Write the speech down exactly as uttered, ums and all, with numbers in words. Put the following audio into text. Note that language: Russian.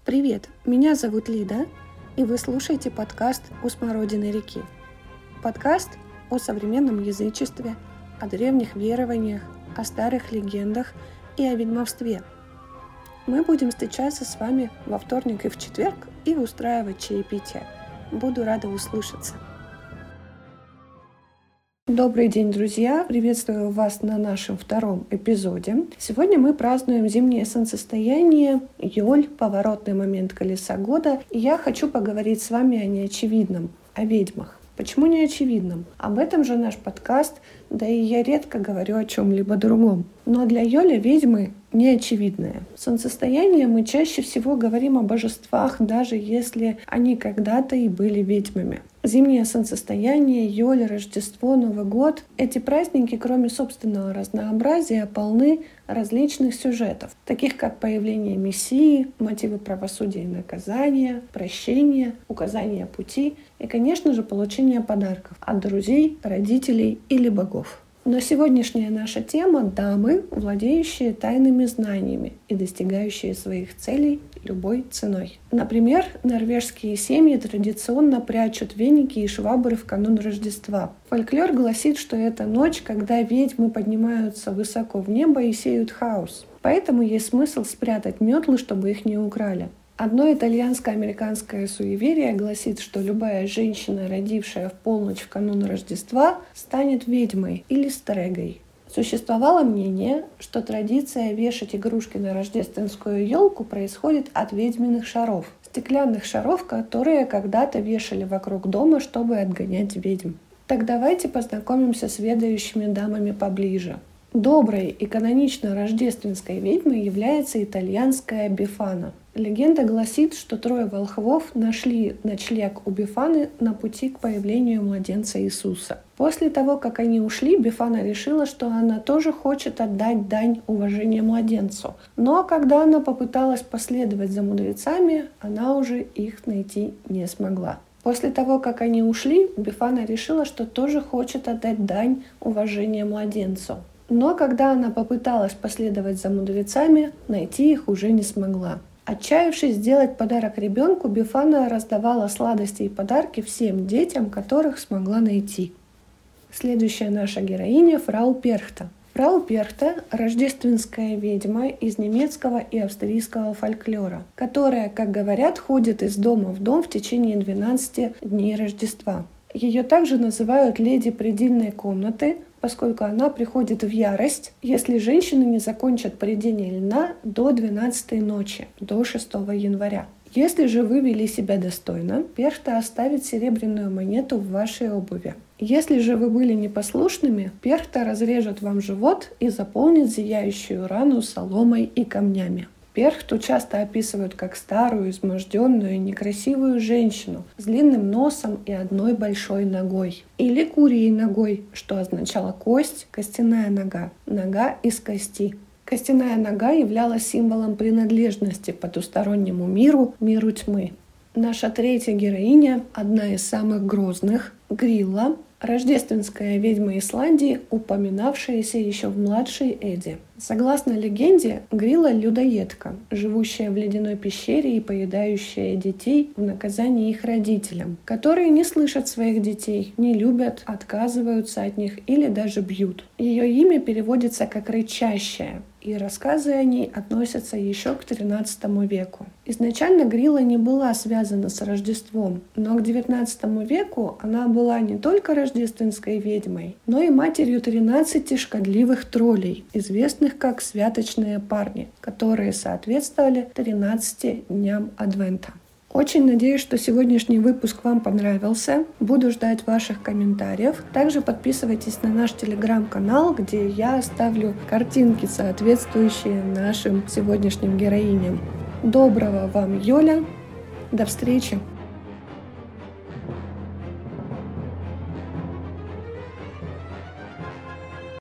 Привет, меня зовут Лида, и вы слушаете подкаст «У смородины реки». Подкаст о современном язычестве, о древних верованиях, о старых легендах и о ведьмовстве. Мы будем встречаться с вами во вторник и в четверг и устраивать чаепитие. Буду рада услышаться. Добрый день, друзья! Приветствую вас на нашем втором эпизоде. Сегодня мы празднуем зимнее солнцестояние, Йоль, поворотный момент колеса года, и я хочу поговорить с вами о неочевидном, о ведьмах. Почему неочевидном? Об этом же наш подкаст, да и я редко говорю о чем-либо другом. Но для Йоли ведьмы неочевидное. В солнцестоянии мы чаще всего говорим о божествах, даже если они когда-то и были ведьмами. Зимнее солнцестояние, Йоль, Рождество, Новый год — эти праздники, кроме собственного разнообразия, полны различных сюжетов, таких как появление Мессии, мотивы правосудия и наказания, прощения, указания пути и, конечно же, получение подарков от друзей, родителей или богов. Но сегодняшняя наша тема — дамы, владеющие тайными знаниями и достигающие своих целей любой ценой. Например, норвежские семьи традиционно прячут веники и швабры в канун Рождества. Фольклор гласит, что это ночь, когда ведьмы поднимаются высоко в небо и сеют хаос. Поэтому есть смысл спрятать метлы, чтобы их не украли. Одно итальянско-американское суеверие гласит, что любая женщина, родившая в полночь в канун Рождества, станет ведьмой или стрегой. Существовало мнение, что традиция вешать игрушки на рождественскую елку происходит от ведьминых шаров, стеклянных шаров, которые когда-то вешали вокруг дома, чтобы отгонять ведьм. Так давайте познакомимся с ведающими дамами поближе. Доброй и канонично рождественской ведьмой является итальянская Бефана. Легенда гласит, что трое волхвов нашли ночлег у Бефаны на пути к появлению младенца Иисуса. После того, как они ушли, Бефана решила, что она тоже хочет отдать дань уважения младенцу. Но когда она попыталась последовать за мудрецами, она уже их найти не смогла. После того, как они ушли, Бефана решила, что тоже хочет отдать дань уважения младенцу. Но когда она попыталась последовать за мудрецами, найти их уже не смогла. Отчаявшись сделать подарок ребенку, Бефана раздавала сладости и подарки всем детям, которых смогла найти. Следующая наша героиня — фрау Перхта. Фрау Перхта — рождественская ведьма из немецкого и австрийского фольклора, которая, как говорят, ходит из дома в дом в течение двенадцати дней Рождества. Ее также называют леди предельной комнаты, поскольку она приходит в ярость, если женщины не закончат прядение льна до двенадцатой ночи, до шестого января. Если же вы вели себя достойно, Перхта оставит серебряную монету в вашей обуви. Если же вы были непослушными, Перхта разрежет вам живот и заполнит зияющую рану соломой и камнями. Перхту часто описывают как старую, изможденную, некрасивую женщину с длинным носом и одной большой ногой. Или курьей ногой, что означало кость, костяная нога, нога из кости. Костяная нога являлась символом принадлежности к потустороннему миру, миру тьмы. Наша третья героиня, одна из самых грозных, Грилла, рождественская ведьма Исландии, упоминавшаяся еще в младшей Эдде. Согласно легенде, Грилла — людоедка, живущая в ледяной пещере и поедающая детей в наказание их родителям, которые не слышат своих детей, не любят, отказываются от них или даже бьют. Ее имя переводится как «рычащая», и рассказы о ней относятся еще к тринадцатому веку. Изначально Грилла не была связана с Рождеством, но к девятнадцатому веку она была не только рождественской ведьмой, но и матерью тринадцати шкодливых троллей, известных как святочные парни, которые соответствовали тринадцати дням Адвента. Очень надеюсь, что сегодняшний выпуск вам понравился. Буду ждать ваших комментариев. Также подписывайтесь на наш телеграм-канал, где я оставлю картинки, соответствующие нашим сегодняшним героиням. Доброго вам Йоля! До встречи!